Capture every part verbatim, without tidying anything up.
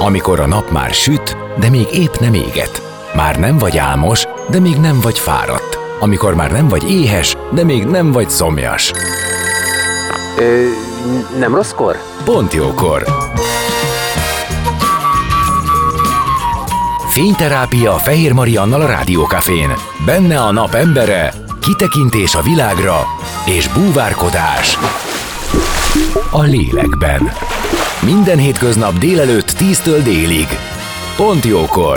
Amikor a nap már süt, de még épp nem éget. Már nem vagy álmos, de még nem vagy fáradt. Amikor már nem vagy éhes, de még nem vagy szomjas. Ö, nem rosszkor? Pont jókor. Fényterápia Fehér Mariannal a Rádiókafén. Benne a nap embere, kitekintés a világra és búvárkodás a lélekben. Minden hétköznap délelőtt tíztől délig. Pont jókor.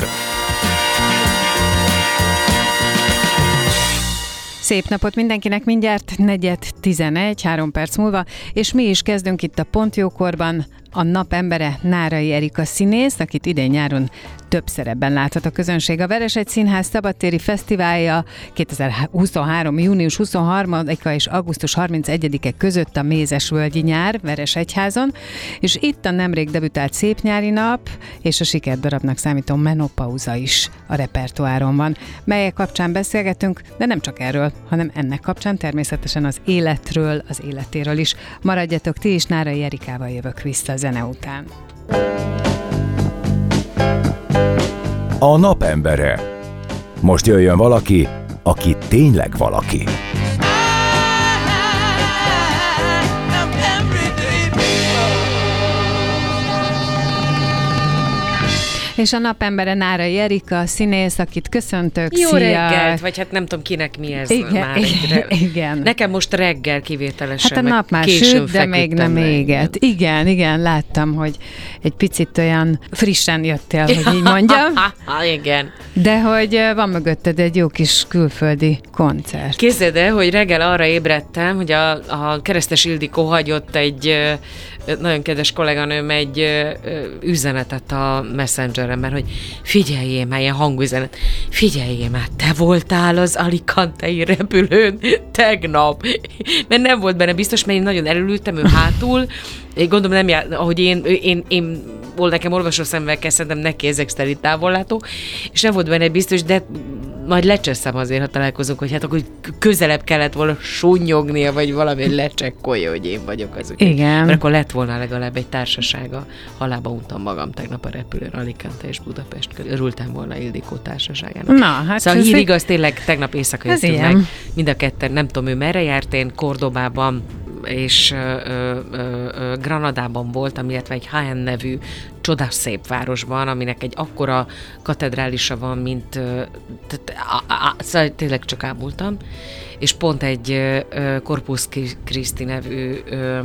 Szép napot mindenkinek, mindjárt negyed tizenegy, három perc múlva, és mi is kezdünk itt a Pont jókorban. A nap embere Nárai Erika színész, akit idén nyáron több szerepben láthat a közönség. A Veresegy Színház szabadtéri fesztiválja kétezer-huszonhárom. június huszonharmadika és augusztus harmincegyedike között a Mézesvölgyi nyár Veresegyházon, és itt a nemrég debütált Szép nyári nap és a sikerdarabnak számító Menopauza is a repertoáron van, melyek kapcsán beszélgetünk, de nem csak erről, hanem ennek kapcsán természetesen az életről, az életéről is. Maradjatok ti is, Nárai Erikával jövök vissza a zene után. A nap embere. Most jöjjön valaki, aki tényleg valaki. És a napembere Nárai Erika, színész, akit köszöntök. Jó Szia. reggelt, vagy hát nem tudom kinek mi ez igen, már. Egy, igen. Nekem most reggel kivételesen. Hát a nap már süt, de még nem éget. Igen, igen, láttam, hogy egy picit olyan frissen jöttél, hogy így mondjam. Igen. De hogy van mögötted egy jó kis külföldi koncert. Képzeld el, hogy reggel arra ébredtem, hogy a, a Keresztes Ildikó hagyott egy nagyon kedves kolléganőm egy üzenetet a Messengeren, mert hogy figyeljél már, ilyen hangüzenet, figyeljél már, te voltál az Alicantei repülőn tegnap, mert nem volt benne biztos, mert én nagyon elülültem, ő hátul, én gondolom nem jár, ahogy én, én, én volt nekem olvasószemvel kell, szerintem neki ezek szerint távollátó, és nem volt benne biztos, de majd lecseszem azért, ha találkozunk, hogy hát akkor közelebb kellett volna sunnyognia, vagy valami lecsekkolja, hogy én vagyok az. Igen. Mert akkor lett volna legalább egy társasága. Halálba untam magam tegnap a repülőn, Alicante és Budapest között. Örültem volna Ildikó társaságának. Na, hát szóval hír egy... igaz, tényleg tegnap éjszaka jöttünk meg. Mind a ketten, nem tudom ő merre járt, én Kordobában és ö, ö, ö, Granadában voltam, illetve egy Jaén nevű csodás szép városban, aminek egy akkora katedrálisa van, mint ö, tehát, á, á, szóval tényleg csak ámultam, és pont egy ö, Corpus Christi nevű ö,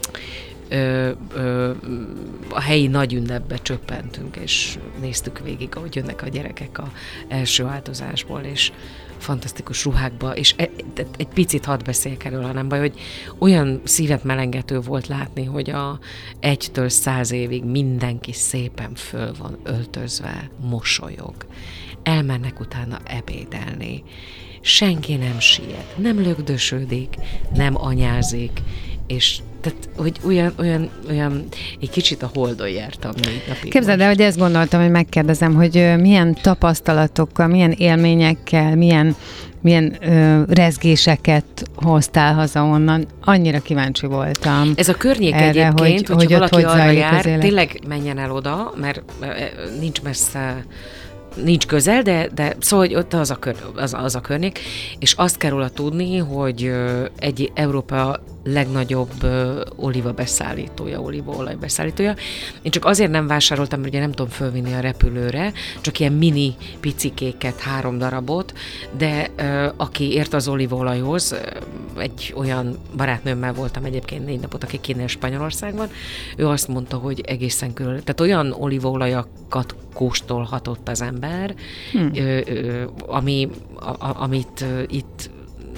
Ö, ö, a helyi nagy ünnepbe csöppentünk, és néztük végig, ahogy jönnek a gyerekek a első áltozásból, és fantasztikus ruhákba, és egy, egy picit hadd beszéljek erről, hanem baj, hogy olyan szívet melengető volt látni, hogy a egytől száz évig mindenki szépen föl van öltözve, mosolyog. Elmennek utána ebédelni. Senki nem siet, nem lögdösödik, nem anyázik, és tehát, hogy olyan, olyan, olyan, egy kicsit a Holdon jártam négy napig. Képzeld el, hogy ezt gondoltam, hogy megkérdezem, hogy milyen tapasztalatokkal, milyen élményekkel, milyen, milyen ö, rezgéseket hoztál haza onnan. Annyira kíváncsi voltam. Ez a környék erre, egyébként, hogy, hogyha hogy valaki arra jár, az tényleg menjen el oda, mert nincs messze, nincs közel, de, de szóval, hogy ott az a, kör, az, az a környék, és azt kell róla tudni, hogy egy Európa legnagyobb uh, olíva beszállítója, olívaolaj beszállítója. Én csak azért nem vásároltam, mert ugye nem tudom fölvinni a repülőre, csak ilyen mini picikéket, három darabot, de uh, aki ért az olívaolajhoz, uh, egy olyan barátnőmmel voltam egyébként négy napot, aki kint Spanyolországban, ő azt mondta, hogy egészen körül, tehát olyan olívaolajakat kóstolhatott az ember, hmm. ö, ö, ami, a, a, amit ö, itt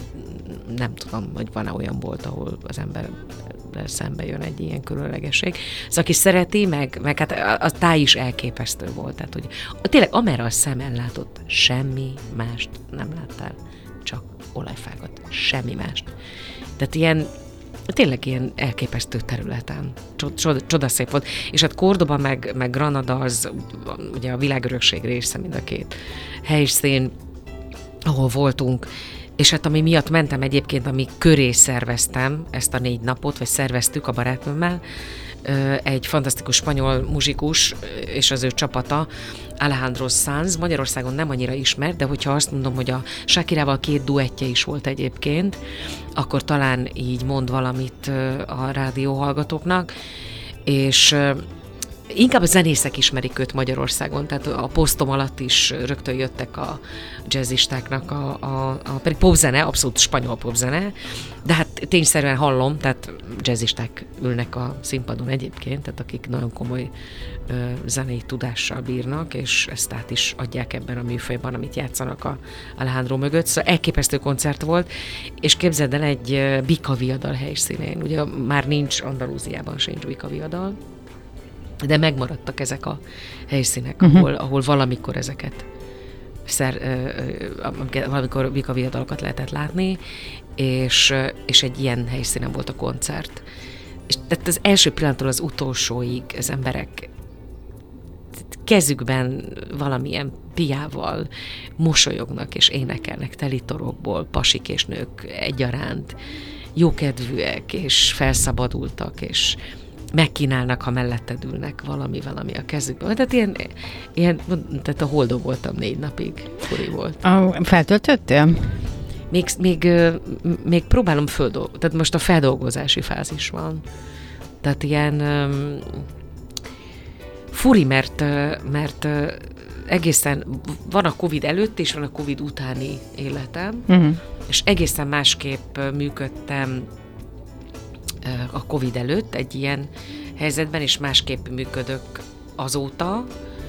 nem tudom, hogy van-e olyan bolt, ahol az ember szembe jön egy ilyen különlegesség. Szóval aki szereti, meg, meg hát a táj is elképesztő volt. Tehát, hogy tényleg amerre a szem ellátott, semmi mást nem láttál, csak olajfákat, semmi mást. Tehát ilyen, tényleg ilyen elképesztő területen. Csod, csodaszép volt. És hát Cordoba meg, meg Granada az ugye a világörökség része, mind a két helyszín, ahol voltunk. És hát ami miatt mentem egyébként, ami köré szerveztem ezt a négy napot, vagy szerveztük a barátnőmmel, egy fantasztikus spanyol muzsikus és az ő csapata, Alejandro Sanz, Magyarországon nem annyira ismert, de hogyha azt mondom, hogy a Shakirával két duettje is volt egyébként, akkor talán így mond valamit a rádióhallgatóknak, és inkább a zenészek ismerik őt Magyarországon, tehát a posztom alatt is rögtön jöttek a jazzistáknak, a, a, a pedig popzene, abszolút spanyol popzene, de hát tényszerűen hallom, tehát jazzisták ülnek a színpadon egyébként, tehát akik nagyon komoly ö, zenei tudással bírnak, és ezt át is adják ebben a műfajban, amit játszanak a Alejandro mögött. Szóval elképesztő koncert volt, és képzeld el, egy bika viadal helyszínén. Ugye már nincs, Andalúziában sincs bika viadal, de megmaradtak ezek a helyszínek, uh-huh. ahol, ahol valamikor ezeket szer, uh, valamikor bika viadalokat lehetett látni, és, és egy ilyen helyszínen volt a koncert. És tehát az első pillanattól az utolsóig az emberek kezükben valamilyen piával mosolyognak és énekelnek telitorokból, pasik és nők egyaránt, jókedvűek és felszabadultak, és megkínálnak, ha melletted ülnek valami-valami a kezükben. Tehát ilyen, ilyen tehát a Holdon voltam négy napig, furi volt. A, feltöltöttél? Még, még, még próbálom földolgozni, tehát most a feldolgozási fázis van. Tehát ilyen um, furi, mert, mert egészen van a Covid előtt és van a Covid utáni életem, uh-huh. és egészen másképp működtem a Covid előtt egy ilyen helyzetben, és másképp működök azóta,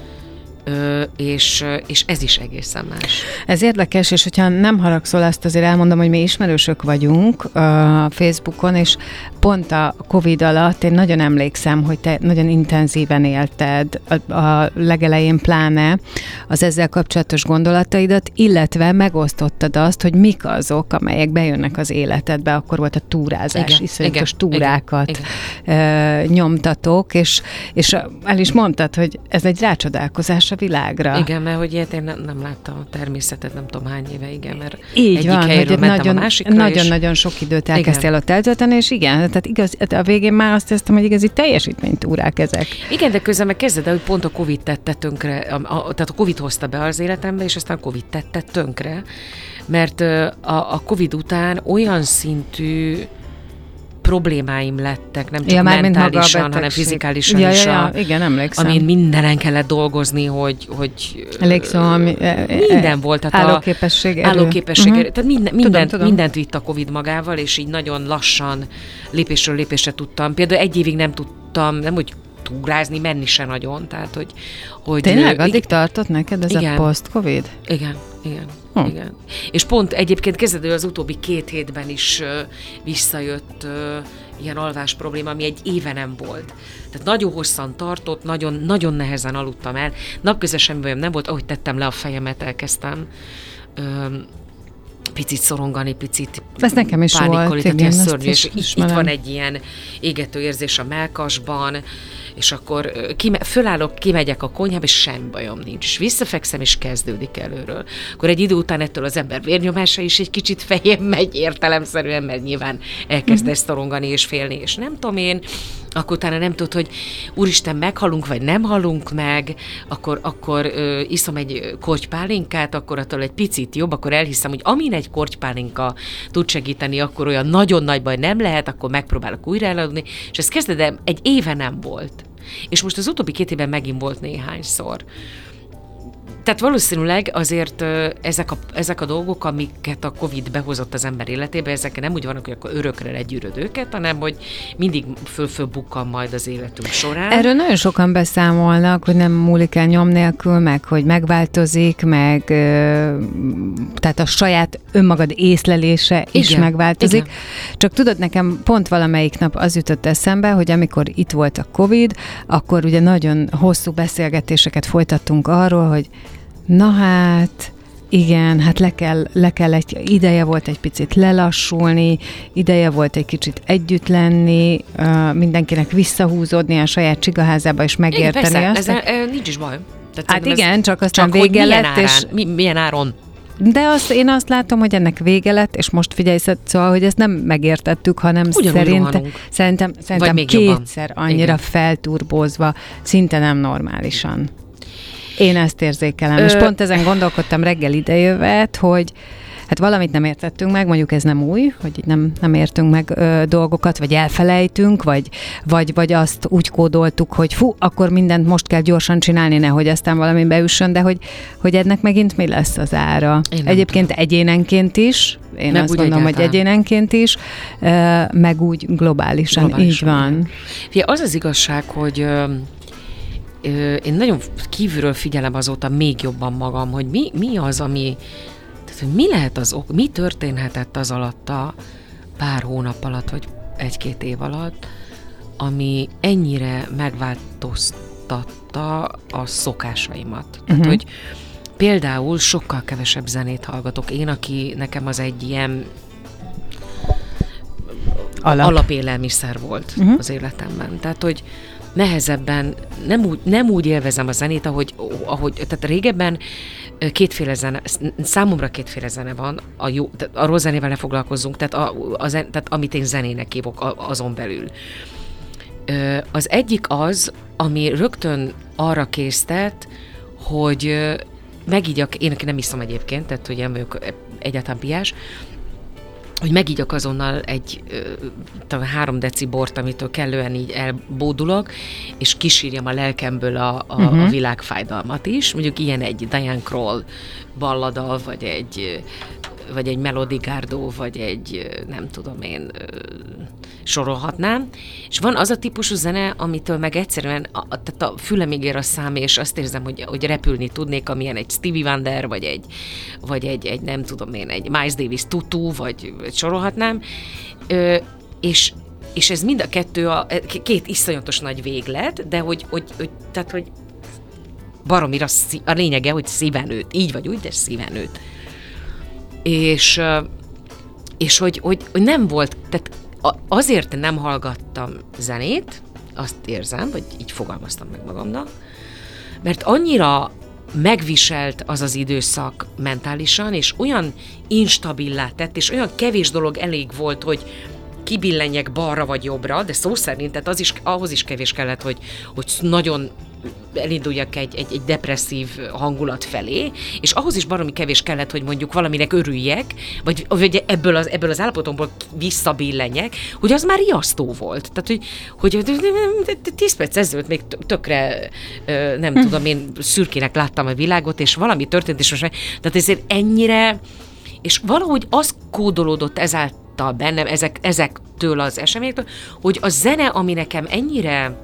és, és ez is egészen más. Ez érdekes, és hogyha nem haragszol, azt azért elmondom, hogy mi ismerősök vagyunk a Facebookon, és pont a Covid alatt én nagyon emlékszem, hogy te nagyon intenzíven élted a, a legelején pláne az ezzel kapcsolatos gondolataidat, illetve megosztottad azt, hogy mik azok, amelyek bejönnek az életedbe. Akkor volt a túrázás, igen, iszonyatos igen, túrákat igen, igen. nyomtatok, és, és el is mondtad, hogy ez egy rácsodálkozás a világra. Igen, mert hogy ilyet én nem, nem láttam a természetet, nem tudom hány éve, igen, mert így egyik van, helyről mentem nagyon, a másikra, nagyon-nagyon és... sok időt elkezdtél igen. ott eltölteni, és igen, tehát igaz, a végén már azt hiszem, hogy igazi teljesítménytúrák ezek. Igen, de közben meg kezded el, hogy pont a Covid tette tönkre, a, a, tehát a Covid hozta be az életembe, és aztán a Covid tette tönkre, mert a, a Covid után olyan szintű problémáim lettek, nem csak ja, mentálisan, hanem fizikálisan ja, is. Ja, ja, a, igen, emlékszem. Amin mindenen kellett dolgozni, hogy, hogy Elégszom, minden volt. Tehát állóképesség erő. Állóképesség uh-huh. erő. Tehát minden, mindent, tudom, tudom. mindent vitt a Covid magával, és így nagyon lassan, lépésről lépésre tudtam. Például egy évig nem tudtam, nem úgy túrázni, menni se nagyon. Tehát, hogy, hogy tényleg? Addig ig- tartott neked ez igen. a post-Covid? Igen, igen. Hm. Igen. És pont egyébként kezdődő az utóbbi két hétben is uh, visszajött uh, ilyen alvás probléma, ami egy éve nem volt. Tehát nagyon hosszan tartott, nagyon, nagyon nehezen aludtam el. Napközben semmi bajom nem volt, ahogy tettem le a fejemet, elkezdtem um, picit szorongani, picit ez nekem is pánikolni, volt, tehát igen, ilyen szörnyű, és itt van egy ilyen égető érzés a mellkasban, és akkor kime, fölállok, kimegyek a konyhába, és semmi bajom nincs. És visszafekszem, és kezdődik előről. Akkor egy idő után ettől az ember vérnyomása is egy kicsit fején megy értelemszerűen, mert nyilván elkezd ezt szorongani és félni, és nem tudom én, akkor utána nem tudod, hogy úristen, meghalunk, vagy nem halunk meg, akkor, akkor ö, iszom egy kortypálinkát, akkor attól egy picit jobb, akkor elhiszem, hogy amin egy kortypálinka tud segíteni, akkor olyan nagyon nagy baj nem lehet, akkor megpróbálok újra eladni, és ez kezdve egy éve nem volt. És most az utóbbi két évben megint volt néhányszor. Tehát valószínűleg azért ezek a, ezek a dolgok, amiket a Covid behozott az ember életébe, ezek nem úgy vannak, hogy akkor örökre legyűröd őket, hanem hogy mindig föl-föl bukkan majd az életünk során. Erről nagyon sokan beszámolnak, hogy nem múlik el nyom nélkül, meg hogy megváltozik, meg tehát a saját önmagad észlelése is igen, megváltozik. Igen. Csak tudod, nekem pont valamelyik nap az jutott eszembe, hogy amikor itt volt a Covid, akkor ugye nagyon hosszú beszélgetéseket folytattunk arról, hogy na hát, igen, hát le kell, le kell egy ideje volt egy picit lelassulni, ideje volt egy kicsit együtt lenni, uh, mindenkinek visszahúzódni a saját csigaházába és megérteni igen, azt. Persze, ezzel, nincs is baj. Tehát hát igen, ez, csak aztán csak vége lett, árán, és... Mi, milyen áron? De azt, én azt látom, hogy ennek vége lett, és most figyelj, szóval, hogy ezt nem megértettük, hanem szerinte, szerintem, szerintem kétszer jobban. Annyira Igen. felturbózva, szinte nem normálisan. Én ezt érzékelem, Ö... és pont ezen gondolkodtam reggel idejövet, hogy hát valamit nem értettünk meg, mondjuk ez nem új, hogy nem, nem értünk meg ö, dolgokat, vagy elfelejtünk, vagy, vagy, vagy azt úgy kódoltuk, hogy fú, akkor mindent most kell gyorsan csinálni, nehogy aztán valami beüssön, de hogy, hogy ennek megint mi lesz az ára. Egyébként tudom. Egyénenként is, én meg azt mondom, egyáltalán. Hogy egyénenként is, ö, meg úgy globálisan, globálisan. Így van. Fia, az az igazság, hogy ö, ö, én nagyon kívülről figyelem azóta még jobban magam, hogy mi, mi az, ami hogy mi lehet az ok, mi történhetett az alatt a pár hónap alatt, vagy egy-két év alatt, ami ennyire megváltoztatta a szokásaimat. Uh-huh. Tehát, hogy például sokkal kevesebb zenét hallgatok. Én, aki nekem az egy ilyen Alap. alapélelmiszer volt uh-huh. az életemben. Tehát, hogy nehezebben, nem úgy, nem úgy élvezem a zenét, ahogy, ahogy tehát régebben kétféle zene, számomra kétféle zene van, a jó, tehát a rossz zenével ne foglalkozzunk, tehát, a, a zen, tehát amit én zenének hívok azon belül. Az egyik az, ami rögtön arra késztet, hogy megígyak, én aki nem iszom egyébként, tehát hogy nem vagyok egyáltalán piás, hogy megígyak azonnal egy talán három deci bort, amitől kellően így elbódulok, és kisírjam a lelkemből a, a, uh-huh. a világfájdalmat is. Mondjuk ilyen egy Diane Kroll ballada, vagy egy, vagy egy Melody Gardot, vagy egy nem tudom én, sorolhatnám. És van az a típusú zene, amitől meg egyszerűen a, a, tehát a fülemig ér a szám, és azt érzem, hogy, hogy repülni tudnék, amilyen egy Stevie Wonder, vagy egy, vagy egy, egy nem tudom én, egy Miles Davis tutú, vagy, vagy sorolhatnám. Ö, és, és ez mind a kettő a, két iszonyatos nagy véglet, de hogy, hogy, hogy tehát, hogy baromira szí, a lényege, hogy szíven őt. Így vagy úgy, de szíven őt. És, és hogy, hogy, hogy nem volt, tehát azért nem hallgattam zenét, azt érzem, vagy így fogalmaztam meg magamnak, mert annyira megviselt az az időszak mentálisan, és olyan instabilá tett, és olyan kevés dolog elég volt, hogy kibillenjek balra vagy jobbra, de szó szerint, tehát az is, ahhoz is kevés kellett, hogy, hogy nagyon elinduljak egy, egy, egy depresszív hangulat felé, és ahhoz is baromi kevés kellett, hogy mondjuk valaminek örüljek, vagy, vagy ebből, az, ebből az állapotomból visszabillenjek, hogy az már riasztó volt. Tehát, hogy, hogy tíz perc ezelőtt még tökre, nem hm. tudom, én szürkének láttam a világot, és valami történt, és most már, tehát ezért ennyire, és valahogy az kódolódott ezáltal bennem, ezek, ezektől az eseményektől, hogy a zene, ami nekem ennyire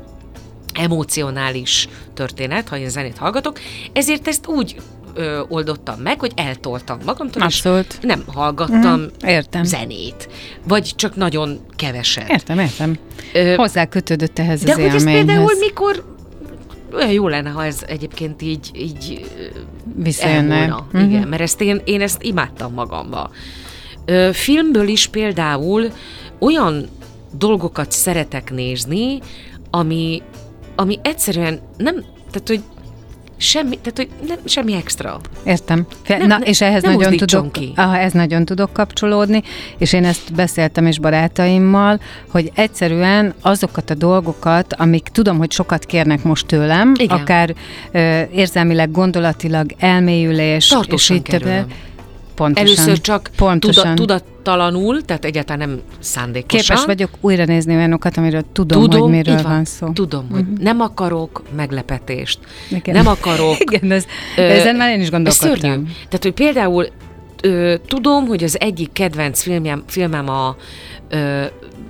emocionális történet, ha én zenét hallgatok, ezért ezt úgy ö, oldottam meg, hogy eltoltam magamtól, Abszolút. És nem hallgattam uh-huh. Értem. zenét. Vagy csak nagyon keveset. Értem, értem. Ö, Hozzá kötődött ehhez de az élményhez. De hogy ez például mikor olyan jó lenne, ha ez egyébként így, így visszajönne. Uh-huh. Igen, mert ezt én, én ezt imádtam magamba. Ö, filmből is például olyan dolgokat szeretek nézni, ami ami egyszerűen nem, tehát, hogy semmi, tehát, hogy nem, semmi extra. Értem. Nem, Na, és ehhez nagyon tudok, aha, ez nagyon tudok kapcsolódni, és én ezt beszéltem is barátaimmal, hogy egyszerűen azokat a dolgokat, amik tudom, hogy sokat kérnek most tőlem, igen. akár ö, érzelmileg, gondolatilag, elmélyülés, tartósan és így több. Pontosan. Először csak tuda, tudattalanul, tehát egyáltalán nem szándékosan. Képes vagyok újra nézni olyanokat, amiről tudom, tudom hogy miről van. van szó. Tudom, uh-huh. hogy nem akarok meglepetést. Igen. Nem akarok... Igen, ez, ö, ezen már én is gondolkodtam. Ez szörnyű. Tehát, hogy például ö, tudom, hogy az egyik kedvenc filmjem, filmem a... Ö,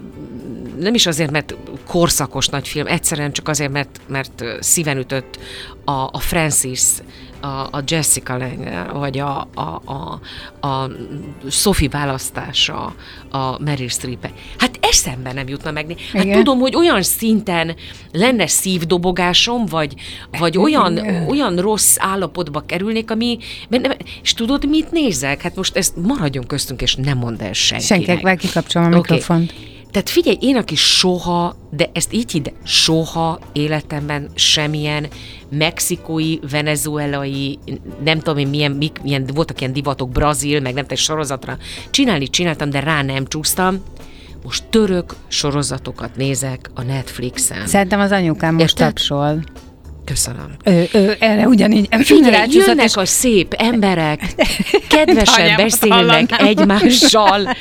nem is azért, mert korszakos nagy film, egyszerűen csak azért, mert, mert szíven ütött a, a Francis, a, a Jessica Lange, vagy a, a, a, a Sophie választása a Meryl Streep-e. Hát eszembe nem jutna meg. Hát igen. Tudom, hogy olyan szinten lenne szívdobogásom, vagy, vagy olyan, olyan rossz állapotba kerülnék, ami... És tudod, mit nézek? Hát most ezt maradjon köztünk, és nem mondd el senkinek. Senkinek, kikapcsolom a okay. mikrofont. Tehát figyelj, én aki soha, de ezt így hidd, soha életemben semmilyen mexikói, venezuelai, nem tudom én milyen, mik, milyen, voltak ilyen divatok, brazil, meg nem tudom, sorozatra csinálni csináltam, de rá nem csúsztam. Most török sorozatokat nézek a Netflixen. Szerintem az anyukám most Érted? tapsol. Köszönöm. Ő, ő erre ugyanígy Figyelj, rácsúszott, jönnek és- a szép emberek, kedvesen Anyámat beszélnek hallanám. egymással.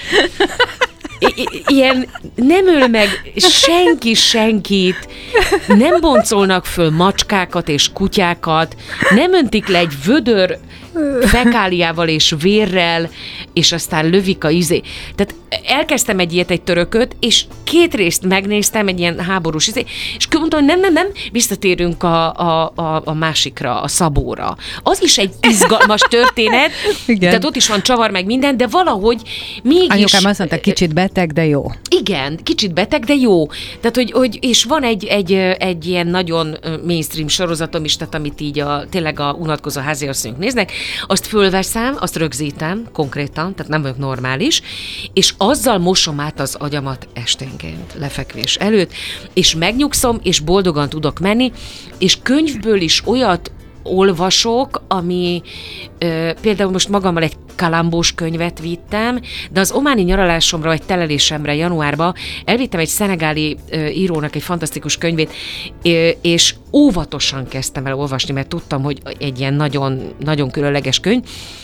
I- i- ilyen nem öl meg senki senkit, nem boncolnak föl macskákat és kutyákat, nem öntik le egy vödör fekáliával és vérrel, és aztán lövik a izé. Tehát elkezdtem egy ilyet, egy törököt, és két részt megnéztem, egy ilyen háborús izé, és mondtam, hogy nem, nem, nem, visszatérünk a, a, a, a másikra, a Szabóra. Az is egy izgalmas történet, Igen. tehát ott is van csavar meg minden, de valahogy mégis... Anyukám azt mondta, kicsit beteg, de jó. Igen, kicsit beteg, de jó. Tehát, hogy, hogy és van egy, egy, egy ilyen nagyon mainstream sorozatom is, tehát amit így a, tényleg a unatkozó háziasszonyok néznek, azt fölveszem, azt rögzítem konkrétan, tehát nem vagyok normális, és azzal mosom át az agyamat esténként, lefekvés előtt, és megnyugszom, és boldogan tudok menni, és könyvből is olyat olvasok, ami ö, például most magammal egy kalambós könyvet vittem, de az ománi nyaralásomra, vagy telelésemre januárban elvittem egy szenegáli ö, írónak egy fantasztikus könyvét, ö, és óvatosan kezdtem el olvasni, mert tudtam, hogy egy ilyen nagyon, nagyon különleges könyv,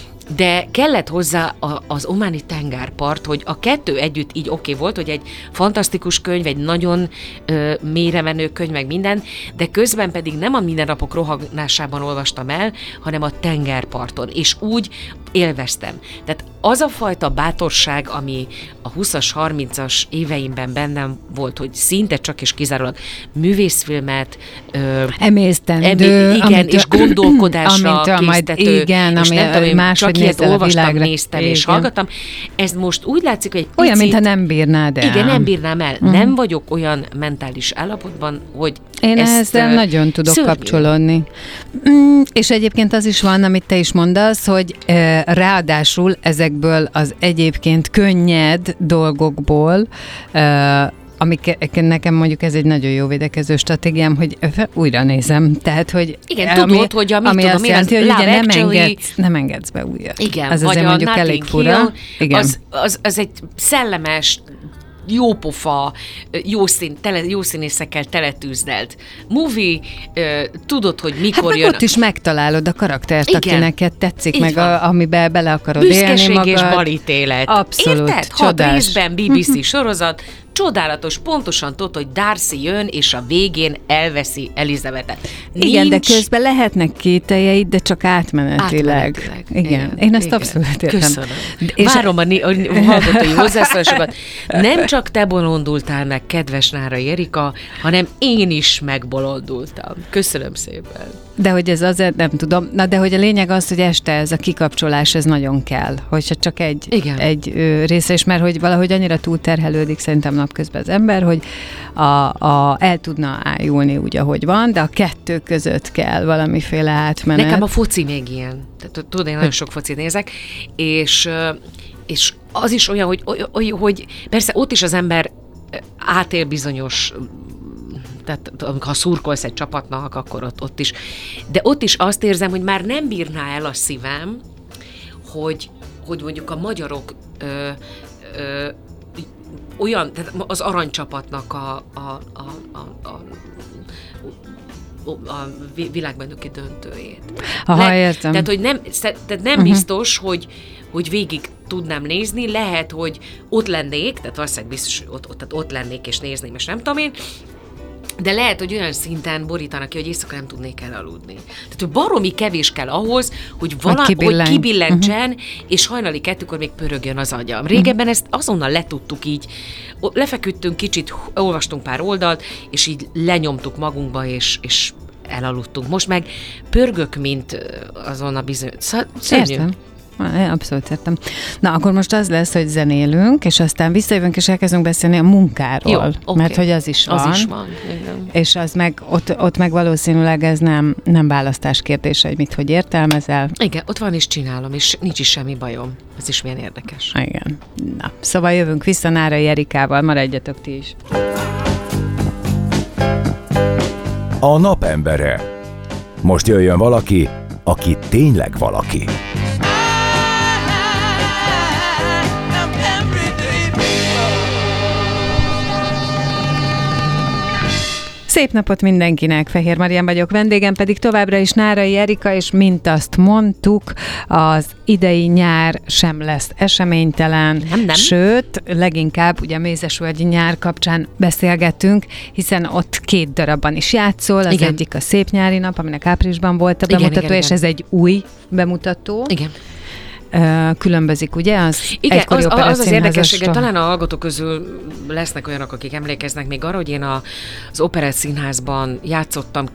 de kellett hozzá a, az ománi tengerpart, hogy a kettő együtt így oké okay volt, hogy egy fantasztikus könyv, egy nagyon ö, mélyre menő könyv, meg minden, de közben pedig nem a mindennapok rohanásában olvastam el, hanem a tengerparton, és úgy élveztem. Tehát az a fajta bátorság, ami a húszas, harmincas éveimben bennem volt, hogy szinte csak és kizárólag művészfilmet, ö, Emésztendő. Emé- igen, és gondolkodásra amitől majd, késztető, igen, és ami nem tudom, én máshogy csak ilyet nézel a olvastam, világra. néztem Igen. és hallgattam. Ez most úgy látszik, hogy egy picit... Olyan, mintha nem bírnád el. Igen, nem bírnám el. Uh-huh. Nem vagyok olyan mentális állapotban, hogy Én ezt, ezzel ö, nagyon tudok szörnyű. kapcsolódni. Mm, és egyébként az is van, amit te is mondasz, hogy e, ráadásul ezekből az egyébként könnyed dolgokból, e, amik nekem mondjuk ez egy nagyon jó védekező stratégiám, hogy újra nézem. Tehát, hogy Igen, ami, tudod, hogy a mit ami tudom azt én, jelenti, az hogy ugye Love nem Actually- engedsz, nem engedsz be újat. Igen, az vagy azért a mondjuk elég Notting fura. Hill, Igen. Az, az, az egy szellemes, jópofa, jó, szín, tele, jó színészekkel teletűzdelt movie, ö, tudod, hogy mikor Hát meg jön. ott is megtalálod a karaktert, Igen. aki neked tetszik, Így meg van. a, amiben bele akarod élni Büszkeség magad. és balítélet. Abszolút, Érted? Hat csodás. részben bé bé cé sorozat, csodálatos, pontosan tudod, hogy Darcy jön, és a végén elveszi Elizabethet. Igen, de Nincs- közben lehetnek kételjeid, de csak átmenetileg. Átmenetileg. Igen. Én ezt igen. abszolút értem. Köszönöm. És És várom a, ni- a hallgatói hozzászólásokat. Nem csak te bolondultál meg, kedves Nárai Erika, hanem én is megbolondultam. Köszönöm szépen. De hogy ez azért nem tudom. Na, de hogy a lényeg az, hogy este ez a kikapcsolás, ez nagyon kell. Hogyha csak egy, Igen. egy ö, része is, mert hogy valahogy annyira túlterhelődik szerintem napközben az ember, hogy a, a, el tudna ájulni úgy, ahogy van, de a kettő között kell valamiféle átmenet. Nekem a foci még ilyen. Tehát, tudod, én nagyon sok focit nézek, és, ö, és az is olyan, hogy, hogy, hogy persze ott is az ember átél bizonyos, tehát ha szurkolsz egy csapatnak, akkor ott, ott is. De ott is azt érzem, hogy már nem bírná el a szívem, hogy, hogy mondjuk a magyarok ö, ö, olyan, tehát az aranycsapatnak a, a, a, a, a a világbajnoki döntőjét. Aha, értem. Tehát, hogy nem, tehát nem uh-huh. biztos, hogy, hogy végig tudnám nézni, lehet, hogy ott lennék, tehát valószínűleg biztos, hogy ott, ott, tehát ott lennék és nézném, és nem tudom én, de lehet, hogy olyan szinten borítanak ki, hogy éjszaka nem tudnék elaludni. Tehát, hogy baromi kevés kell ahhoz, hogy, vala, hogy, kibillenj. hogy kibillentsen, uh-huh. és hajnali kettőkor még pörögjön az agyam. Régebben uh-huh. ezt azonnal letudtuk így, lefeküdtünk kicsit, olvastunk pár oldalt, és így lenyomtuk magunkba, és, és elaludtunk. Most meg pörgök, mint azon a bizony... Szörnyű. Értem. Abszolút értem. Na, akkor most az lesz, hogy zenélünk, és aztán visszajövünk, és elkezdünk beszélni a munkáról. Jó, okay. Mert hogy az is van. Az is van, igen. És az meg, ott, ott meg valószínűleg ez nem, nem választás kérdése, hogy mit, hogy értelmezel. Igen, ott van is csinálom, és nincs is semmi bajom. Ez is milyen érdekes. Igen. Na, szóval jövünk vissza Nárai Erikával, maradjatok ti is. A napembere. Most jöjjön valaki, aki tényleg valaki. Szép napot mindenkinek, Fehér Marián vagyok, vendégem pedig továbbra is Nárai Erika, és mint azt mondtuk, az idei nyár sem lesz eseménytelen, nem, nem. Sőt, leginkább ugye a Mézesvölgyi nyár kapcsán beszélgettünk, hiszen ott két darabban is játszol, az igen. egyik a Szép nyári nap, aminek áprilisban volt a bemutató, igen, igen, és igen. Ez egy új bemutató. Igen. Különbözik, ugye? Az igen, az az, az, az érdekessége, talán a hallgatók közül lesznek olyanok, akik emlékeznek még arra, hogy én a, az Operett Színházban játszottam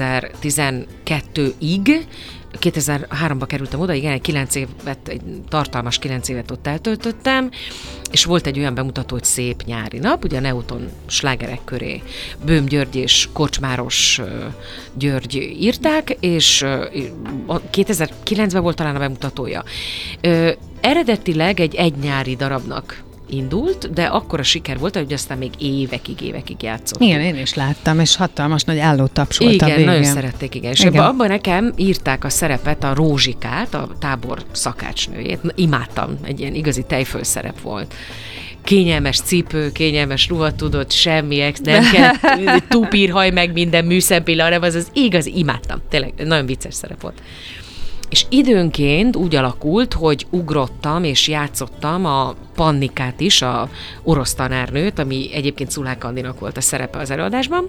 kétezer-tizenkettőig, kétezer-háromba kerültem oda, igen, egy kilenc évet, egy tartalmas kilenc évet ott eltöltöttem, és volt egy olyan bemutató, hogy Szép nyári nap, ugye a Neuton slágerek köré Böhm György és Kocsmáros György írták, és kétezer-kilencben volt talán a bemutatója. Eredetileg egy egynyári darabnak indult, de akkora siker volt, hogy aztán még évekig, évekig játszottunk. Igen, én is láttam, és hatalmas nagy állótaps volt igen, a végén. nagyon szerették, igen. És igen. abban nekem írták a szerepet, a Rózsikát, a tábor szakácsnőjét. Imádtam, egy ilyen igazi tejfölszerep volt. Kényelmes cipő, kényelmes ruha, tudod, semmi ex, nem kell tupírhaj, meg minden műszempilla, hanem az az igazi, imádtam. Tényleg, nagyon vicces szerep volt. És időnként úgy alakult, hogy ugrottam és játszottam a Pannikát is, a orosz tanárnőt, ami egyébként Szulák Andinak volt a szerepe az előadásban.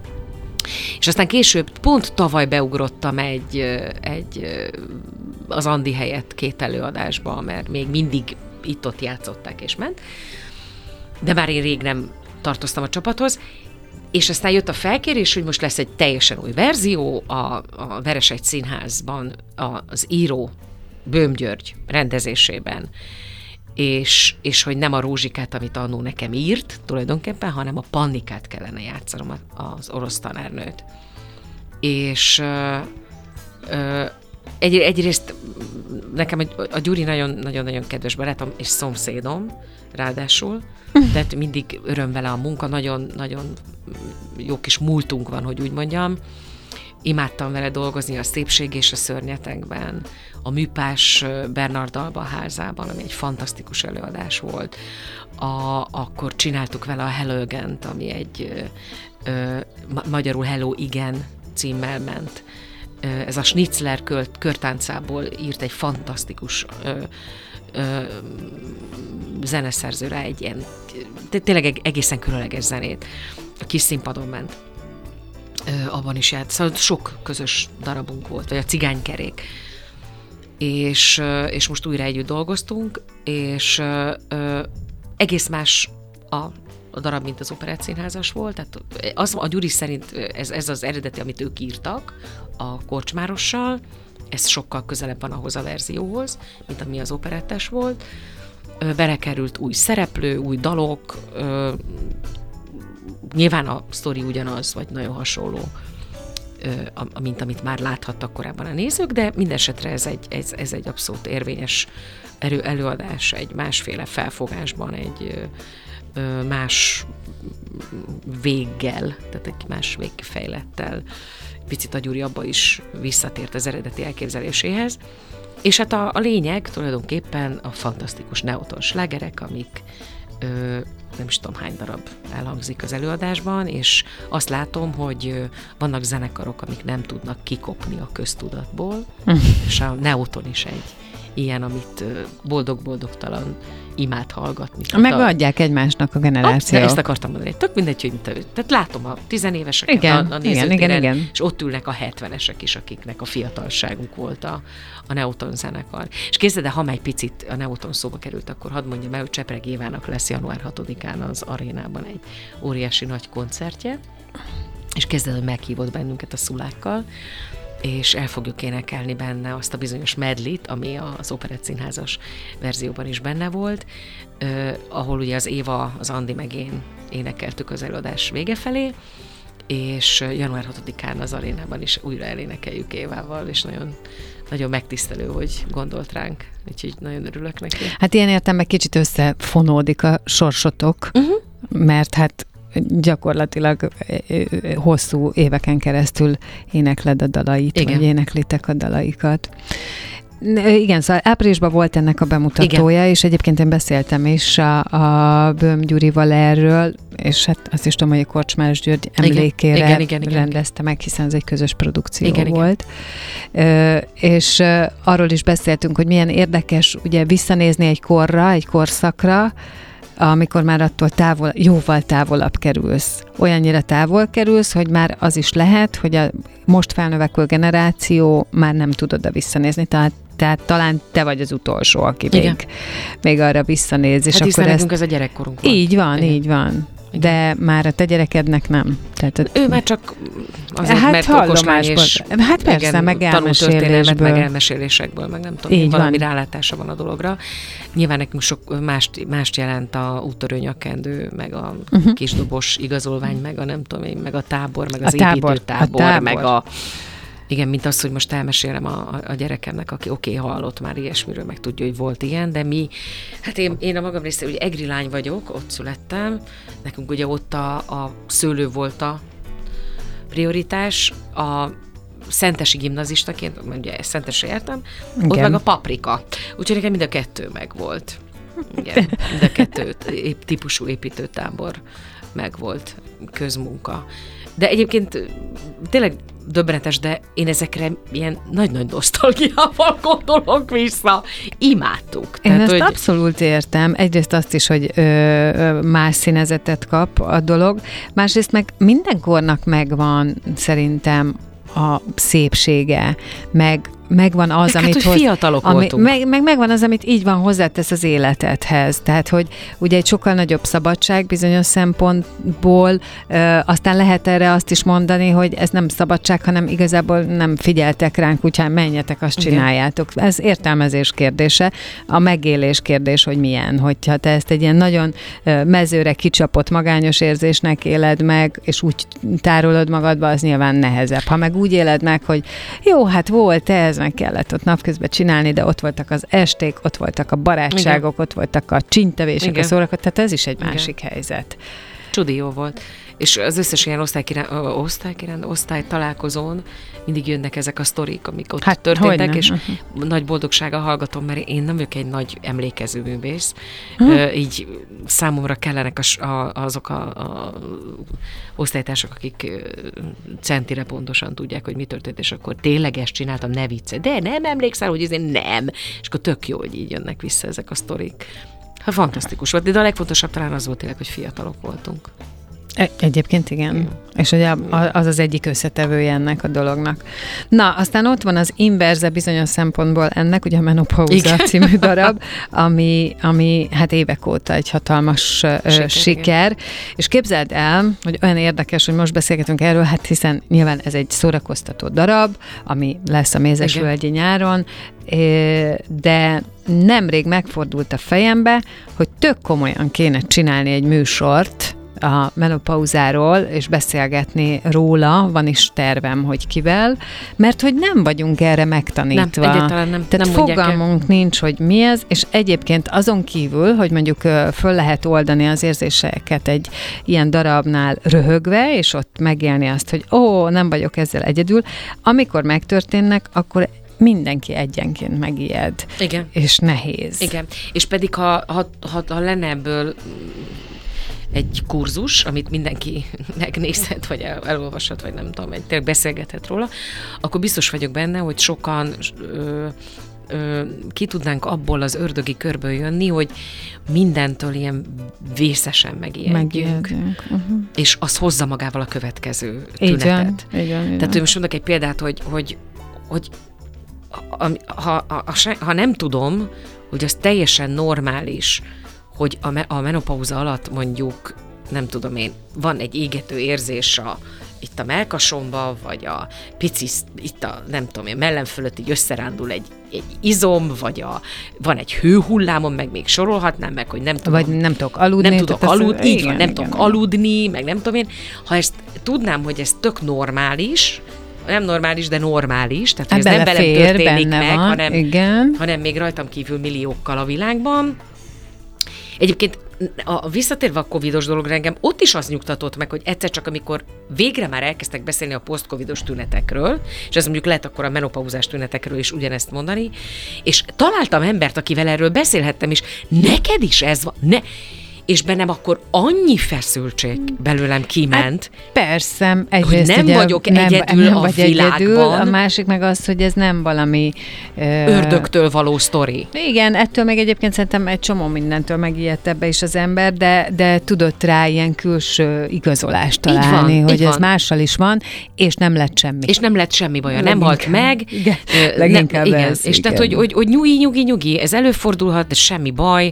És aztán később pont tavaly beugrottam egy, egy az Andi helyett két előadásba, mert még mindig itt-ott játszották és ment. De már én rég nem tartoztam a csapathoz. És aztán jött a felkérés, hogy most lesz egy teljesen új verzió a, a Veresegy Színházban, a, az író Böhm György rendezésében, és, és hogy nem a Rózsikát, amit annó nekem írt tulajdonképpen, hanem a Pannikát kellene játszanom, az orosz tanárnőt. És ö, ö, egy, egyrészt nekem a, a Gyuri nagyon-nagyon kedves barátom és szomszédom, ráadásul, tehát mindig öröm vele a munka, nagyon-nagyon jó kis múltunk van, hogy úgy mondjam. Imádtam vele dolgozni a Szépség és a szörnyetekben, a Műpás Bernard Alba házában, ami egy fantasztikus előadás volt. A, akkor csináltuk vele a Hello Again-t, ami egy ö, ma- magyarul Hello Igen címmel ment. Ez a Schnitzler kört, körtáncából írt egy fantasztikus ö, ö, zeneszerző rá egy ilyen, tényleg egészen különleges zenét. A kis színpadon ment. Ö, abban is járt. Szóval sok közös darabunk volt, vagy a Cigánykerék. És, és most újra együtt dolgoztunk, és ö, egész más a, a darab, mint az Operett Színházas volt. Tehát az, a Gyuri szerint ez, ez az eredeti, amit ők írtak a Korcsmárossal, ez sokkal közelebb van ahhoz a verzióhoz, mint ami az operettes volt. Belekerült új szereplő, új dalok, ö, nyilván a sztori ugyanaz, vagy nagyon hasonló, ö, mint amit már láthattak korábban a nézők, de mindesetre ez egy, ez, ez egy abszolút érvényes erő, előadás, egy másféle felfogásban, egy ö, más véggel, tehát egy más végkifejlettel. Picit a Gyuri abba is visszatért az eredeti elképzeléséhez. És hát a, a lényeg tulajdonképpen a fantasztikus Neuton slágerek, amik ö, nem is tudom hány darab elhangzik az előadásban, és azt látom, hogy ö, vannak zenekarok, amik nem tudnak kikopni a köztudatból, és a Neuton is egy ilyen, amit boldog-boldogtalan imád hallgatni. Megadják egymásnak a generációt. Ezt akartam mondani. Tök mindegy, hogy mit, tehát látom a tizenéveseket igen, a, a igen, igen, igen. és ott ülnek a hetvenesek is, akiknek a fiatalságuk volt a, a Neuton zenekar. És képzeld, de ha már egy picit a Neuton szóba került, akkor hadd mondjam el, hogy Csepreg Évának lesz január hatodikán az arénában egy óriási nagy koncertje, és kezded, hogy meghívott bennünket a Szulákkal, és el fogjuk énekelni benne azt a bizonyos medlit, ami az Operett Színházas verzióban is benne volt, uh, ahol ugye az Éva, az Andi meg én énekeltük az előadás vége felé, és január hatodikán az arénában is újra elénekeljük Évával, és nagyon, nagyon megtisztelő, hogy gondolt ránk, úgyhogy nagyon örülök neki. Hát ilyen értelemben kicsit összefonódik a sorsotok, uh-huh. mert hát gyakorlatilag hosszú éveken keresztül énekled a dalait, igen. vagy éneklitek a dalaikat. Igen, szóval áprilisban volt ennek a bemutatója, igen. és egyébként én beszéltem is a, a Böhm Gyurival erről, és hát azt is tudom, hogy a Korcsmáros György emlékére igen, igen, igen, rendezte igen. meg, hiszen ez egy közös produkció igen, volt. Igen. És arról is beszéltünk, hogy milyen érdekes ugye visszanézni egy korra, egy korszakra, amikor már attól távol, jóval távolabb kerülsz. Olyannyira távol kerülsz, hogy már az is lehet, hogy a most felnövekvő generáció már nem tud oda visszanézni, tehát, tehát talán te vagy az utolsó, aki még, még arra visszanéz. És hát akkor nekünk ez a gyerekkorunk volt. Így van, igen. így van. De már a te gyerekednek nem. Tehát a... Ő már csak azért, hát mert okos lány és hát persze, igen, meg elmesélésből. meg elmesélésekből, meg nem tudom, így valami van. Rálátása van a dologra. Nyilván nekünk sok mást, mást jelent a úttörő nyakkendő, meg a uh-huh. kisdobos igazolvány, meg a nem tudom én, meg a tábor, meg az építőtábor, meg a... Igen, mint az, hogy most elmesélem a, a gyerekemnek, aki oké, okay, hallott már ilyesmiről, meg tudja, hogy volt ilyen, de mi, hát én, én a magam részéről ugye egri lány vagyok, ott születtem, nekünk ugye ott a, a szőlő volt a prioritás, a szentesi gimnazistaként, ugye Szentesre jártam, igen. ott meg a paprika, úgyhogy nekem mind a kettő meg volt. Igen, mind a kettő épp, típusú építőtábor meg volt, közmunka. De egyébként tényleg döbbenetes, de én ezekre ilyen nagy-nagy nosztalgiával gondolok vissza. Imádtuk. Én Tehát, ezt hogy... abszolút értem. Egyrészt azt is, hogy ö, ö, más színezetet kap a dolog. Másrészt meg mindenkornak megvan szerintem a szépsége, meg megvan az, meg amit... Hát, hogy fiatalok ami, voltunk. Meg, meg megvan az, amit így van hozzátesz az életedhez. Tehát, hogy ugye egy sokkal nagyobb szabadság bizonyos szempontból, ö, aztán lehet erre azt is mondani, hogy ez nem szabadság, hanem igazából nem figyeltek ránk, úgyhogy menjetek, azt csináljátok. Igen. Ez értelmezés kérdése, a megélés kérdés, hogy milyen. Hogyha te ezt egy ilyen nagyon mezőre kicsapott magányos érzésnek éled meg, és úgy tárolod magadba, az nyilván nehezebb. Ha meg úgy éled meg, hogy jó, hát volt ez, meg kellett ott napközben csinálni, de ott voltak az esték, ott voltak a barátságok, igen. ott voltak a csínytevések, igen. a szórakoztatások, tehát ez is egy igen. másik helyzet. Csudi jó volt. És az összes ilyen osztálykirán, osztálykirán, osztály találkozón mindig jönnek ezek a sztorik, amik ott hát, történtek, és uh-huh. nagy boldogsággal hallgatom, mert én nem vagyok egy nagy emlékező művész. Uh-huh. Uh, így számomra kellenek a, a, azok a, a osztálytársak, akik centire pontosan tudják, hogy mi történt, és akkor tényleg ezt csináltam, ne vicce. De nem emlékszel, hogy ez nem. És akkor tök jó, hogy így jönnek vissza ezek a sztorik. Hát fantasztikus volt, de a legfontosabb talán az volt tényleg, hogy fiatalok voltunk. Egyébként igen. Mm. És ugye az az egyik összetevője ennek a dolognak. Na, aztán ott van az inverze bizonyos szempontból ennek, ugye a Menopauza című darab, ami, ami hát évek óta egy hatalmas siker, siker. És képzeld el, hogy olyan érdekes, hogy most beszélgetünk erről, hát hiszen nyilván ez egy szórakoztató darab, ami lesz a Mézesvölgyi nyáron, de nemrég megfordult a fejembe, hogy tök komolyan kéne csinálni egy műsort a menopauzáról, és beszélgetni róla, van is tervem, hogy kivel, mert hogy nem vagyunk erre megtanítva. Nem, egyáltalán nem. Tehát nem fogalmunk el. nincs, hogy mi ez, és egyébként azon kívül, hogy mondjuk föl lehet oldani az érzéseket egy ilyen darabnál röhögve, és ott megélni azt, hogy ó, nem vagyok ezzel egyedül, amikor megtörténnek, akkor mindenki egyenként megijed. Igen. És nehéz. Igen. És pedig ha, ha, ha, ha lenne ebből egy kurzus, amit mindenki megnézhet, vagy el, elolvashat, vagy nem tudom, tényleg beszélgethet róla, akkor biztos vagyok benne, hogy sokan ö, ö, ki tudnánk abból az ördögi körből jönni, hogy mindentől ilyen vészesen megijedjünk. Uh-huh. És az hozza magával a következő tünetet. Igen, igen, igen. Tehát, hogy most mondok egy példát, hogy, hogy, hogy ha, ha, ha, ha nem tudom, hogy az teljesen normális, hogy a, me- a menopauza alatt mondjuk, nem tudom én, van egy égető érzés a itt a mellkasomba, vagy a pici, itt a nem tudom én, mellem fölött így összerándul egy, egy izom, vagy a, van egy hőhullámom, meg még sorolhatnám meg, hogy nem tudom. Vagy nem tudok aludni. Nem tudok aludni, így igen, van, nem igen, tudok igen. aludni, meg nem tudom én. Ha ezt tudnám, hogy ez tök normális, nem normális, de normális, tehát hogy ez nem velem történik meg, van, hanem, igen. hanem még rajtam kívül milliókkal a világban. Egyébként a, visszatérve a covidos dologra, engem ott is az nyugtatott meg, hogy egyszer csak amikor végre már elkezdtek beszélni a post-covidos tünetekről, és ez mondjuk lehet akkor a menopauzás tünetekről is ugyanezt mondani, és találtam embert, akivel erről beszélhettem, és neked is ez van, ne... és bennem akkor annyi feszültség belőlem kiment. Hát persze, egyrészt hogy nem ugye vagyok nem, egyedül nem a vagy világban. Egyedül, a másik meg az, hogy ez nem valami... Uh, ördögtől való sztori. Igen, ettől meg egyébként szerintem egy csomó mindentől megijedt ebbe is az ember, de, de tudott rá ilyen külső igazolást találni, van, hogy ez van. mással is van, és nem lett semmi. És nem lett semmi baja, nem Leginkább. halt meg. Igen, Ö, leginkább nem, igen. ez, És igen. tehát, hogy, hogy, hogy nyugi, nyugi, nyugi, ez előfordulhat, de semmi baj.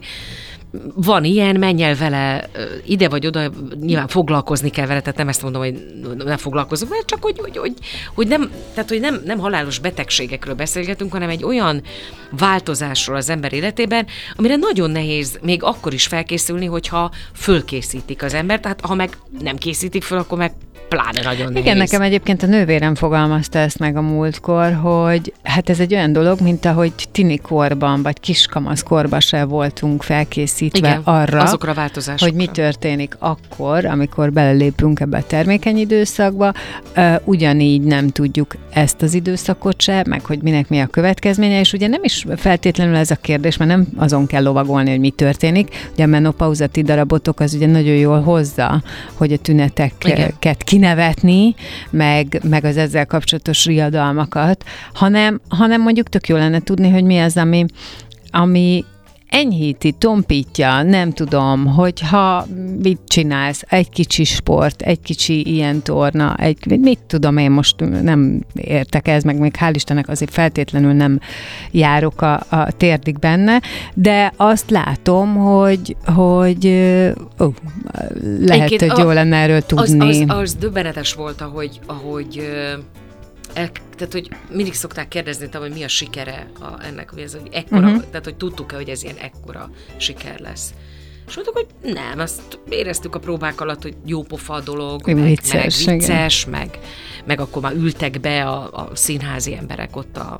Van ilyen, menj el vele ide vagy oda, nyilván foglalkozni kell vele, tehát nem ezt mondom, hogy nem foglalkozunk vele, csak hogy, hogy, hogy, hogy, nem, tehát, hogy nem, nem halálos betegségekről beszélgetünk, hanem egy olyan változásról az ember életében, amire nagyon nehéz még akkor is felkészülni, hogyha fölkészítik az embert, tehát ha meg nem készítik föl, akkor meg pláne nagyon nehéz. Igen, nekem egyébként a nővérem fogalmazta ezt meg a múltkor, hogy hát ez egy olyan dolog, mint ahogy tinikorban, vagy kiskamaszkorban se voltunk felkészítve igen, arra, azokra a változásokra. hogy mi történik akkor, amikor belelépünk ebbe a termékeny időszakba. Uh, ugyanígy nem tudjuk ezt az időszakot se, meg hogy minek mi a következménye, és ugye nem is feltétlenül ez a kérdés, mert nem azon kell lovagolni, hogy mi történik. Ugye a menopauza darabotok az ugye nagyon jól hozza, hogy a tüneteket kinevetni, meg, meg az ezzel kapcsolatos riadalmakat, hanem, hanem mondjuk tök jó lenne tudni, hogy mi az, ami, ami enyhíti, tompítja, nem tudom, hogyha mit csinálsz, egy kicsi sport, egy kicsi ilyen torna, egy, mit tudom én most nem értek ez, meg még hál' Istennek azért feltétlenül nem járok a, a térdig benne, de azt látom, hogy, hogy ó, lehet, Egyébként hogy jó lenne erről tudni. Az, az, az döbbenetes volt, ahogy, ahogy El, tehát, hogy mindig szokták kérdezni, hogy mi a sikere a, ennek, hogy ez hogy ekkora, uh-huh. tehát, hogy tudtuk-e, hogy ez ilyen ekkora siker lesz. És mondtuk, hogy nem, azt éreztük a próbák alatt, hogy jó pofa a dolog, meg vicces, meg, vicces meg, meg akkor már ültek be a, a színházi emberek ott, a,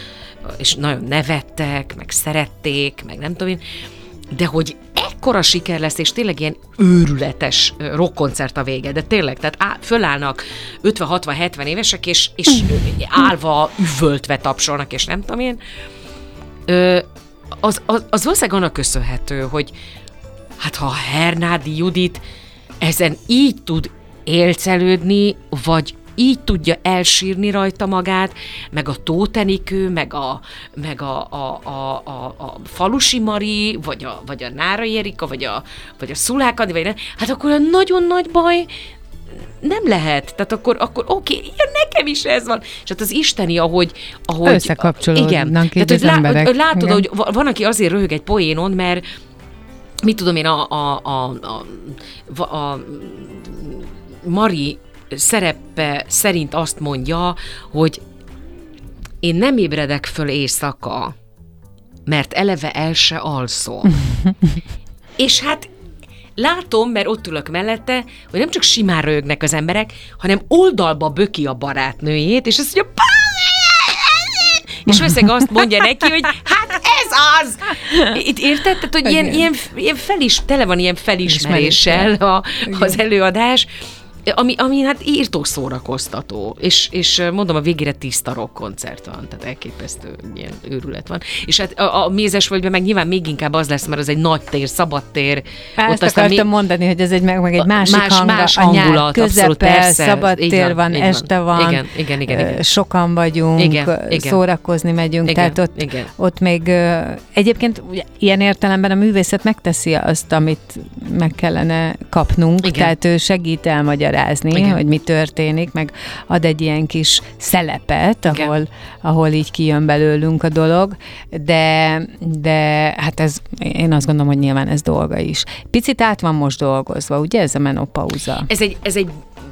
és nagyon nevettek, meg szerették, meg nem tudom én, de hogy ekkora siker lesz, és tényleg ilyen őrületes rockkoncert a vége, de tényleg, tehát á, fölállnak ötven hatvan hetven évesek, és, és állva, üvöltve tapsolnak, és nem tudom én, az, az, az valószínűleg annak köszönhető, hogy hát ha Hernádi Judit ezen így tud élcelődni, vagy így tudja elsírni rajta magát, meg a Tóth Enikő, meg a, meg a, a, a, a, a Falusi Mari, vagy a, vagy a Nárai Erika, vagy a, vagy a Szulák Andi, vagy nem, hát akkor a nagyon nagy baj nem lehet. Tehát akkor, akkor oké, okay, ja, nekem is ez van. És hát az isteni, ahogy... ahogy összekapcsolódnak igen, így tehát, az hogy emberek. Lá, látod, igen. hogy van, aki azért röhög egy poénon, mert mit tudom én, a, a, a, a, a Mari szerepe szerint azt mondja, hogy én nem ébredek föl éjszaka, mert eleve el se alszom. És hát látom, mert ott ülök mellette, hogy nem csak simán röhögnek az emberek, hanem oldalba böki a barátnőjét, és azt mondja, és valószínűleg azt mondja neki, hogy hát ez az! Itt érted? Tehát, hogy ilyen, ilyen, ilyen felis, tele van ilyen felismeréssel a, az előadás, Ami, ami hát írtó szórakoztató, és, és mondom, a végére tiszta rock koncert van, tehát elképesztő ilyen őrület van. És hát a, a Mézesvölgyben meg nyilván még inkább az lesz, mert az egy nagy tér, szabad tér. Há, ezt akartam még... mondani, hogy ez egy meg, meg egy másik más, hang, más a hangulat, közepe, abszolút, persze. szabad Így tér van, van, van este van, igen, igen, igen, igen. sokan vagyunk, igen, igen. szórakozni megyünk, igen, tehát ott, igen. ott még egyébként ugye, ilyen értelemben a művészet megteszi azt, amit meg kellene kapnunk, igen. tehát ő segít elmagyarázni, igen. hogy mi történik, meg ad egy ilyen kis szelepet, ahol, ahol így kijön belőlünk a dolog, de, de hát ez, én azt gondolom, hogy nyilván ez dolga is. Picit át van most dolgozva, ugye ez a menopauza? Ez egy, ez egy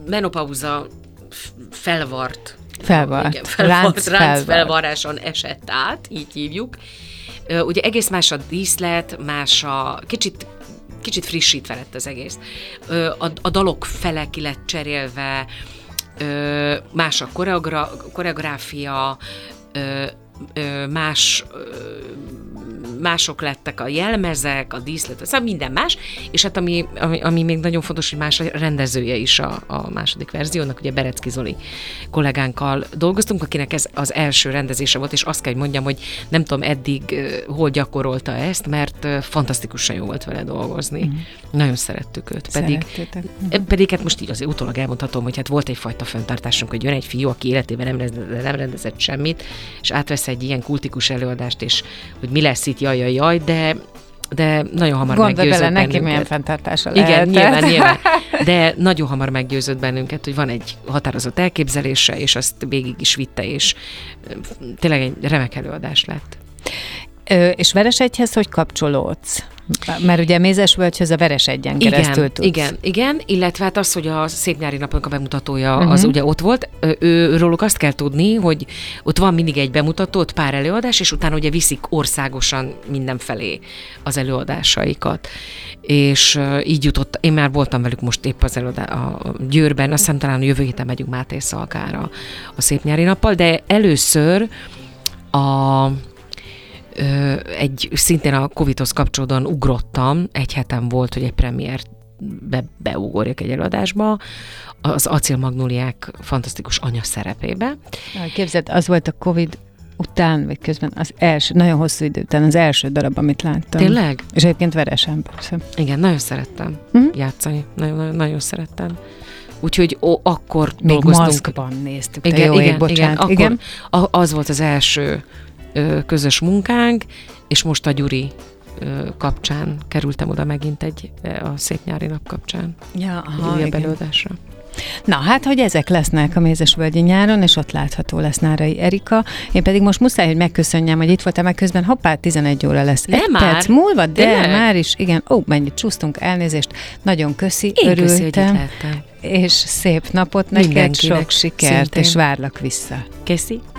menopauza felvart, Felvart. Igen, felvart, Ránc ránc felvart. felvarráson esett át, így hívjuk. Ö, Ugye egész más a díszlet, más a kicsit kicsit frissítve lett az egész. Ö, A, a dalok fele ki lett cserélve, ö, más a koreogra- koreográfia, ö, ö, más ö, mások lettek a jelmezek, a díszlet, szóval minden más, és hát ami, ami, ami még nagyon fontos, hogy más a rendezője is a, a második verziónak, ugye Berecki Zoli kollégánkkal dolgoztunk, akinek ez az első rendezése volt, és azt kell, hogy mondjam, hogy nem tudom eddig uh, hol gyakorolta ezt, mert uh, fantasztikusan jó volt vele dolgozni. Mm. Nagyon szerettük őt. Pedig, Szerettétek. pedig hát most így azért utólag elmondhatom, hogy hát volt egyfajta fenntartásunk, hogy jön egy fiú, aki életében nem rendezett, nem rendezett semmit, és átvesz egy ilyen kultikus előadást, és hogy mi lesz itt, jaj, jaj, jaj, de, de nagyon hamar Gondolj meggyőzött bele, neki bennünket. milyen fenntartása Igen, lehetett. nyilván, nyilván. De nagyon hamar meggyőzött bennünket, hogy van egy határozott elképzelése, és azt végig is vitte, és tényleg egy remek előadás lett. Ö, és Veresegyhez hogy kapcsolódsz? Mert ugye Mézesvölgyhöz a Veresegyen keresztül Igen, tudsz. igen, igen, illetve hát az, hogy a Szép nyári napnak a bemutatója Uh-huh. az ugye ott volt, ő, őróluk azt kell tudni, hogy ott van mindig egy bemutató, ott pár előadás, és utána ugye viszik országosan mindenfelé az előadásaikat. És uh, így jutott, én már voltam velük most épp az előadás a Győrben, azt hiszem talán a jövő héten megyünk Máté Szalkára a Szép nyári nappal, de először a egy szintén a Covidhoz kapcsolódóan ugrottam, egy hetem volt, hogy egy premier be, beugorjak egy előadásba, az Acél Magnóliák fantasztikus anya szerepébe. Képzeld, az volt a Covid után, vagy közben az első, nagyon hosszú idő után az első darab, amit láttam. Tényleg? És egyébként Veresen, persze. Igen, nagyon szerettem Uh-huh. játszani, nagyon, nagyon, nagyon szerettem. Úgyhogy ó, akkor Még dolgoztunk. maszkban néztük, te Igen, jó igen, ég, bocsánat. igen, akkor igen. A, az volt az első ö, közös munkánk, és most a Gyuri ö, kapcsán kerültem oda megint egy a Szép nyári nap kapcsán. Ja, Egy aha, újabb igen. előadásra. Na, hát, hogy ezek lesznek a Mézesvölgyi nyáron, és ott látható lesz Nárai Erika. Én pedig most muszáj, hogy megköszönjem, hogy itt voltál, meg közben hoppá, tizenegy óra lesz. De Egy már? perc múlva, de Tényleg? már is, igen. Ó, mennyit csúsztunk, elnézést. Nagyon köszi, Én köszi, hogy itt örültem. lehettem. És szép napot neked, Mindenkinek. sok sikert, Szintén. és várlak vissza. Keszi?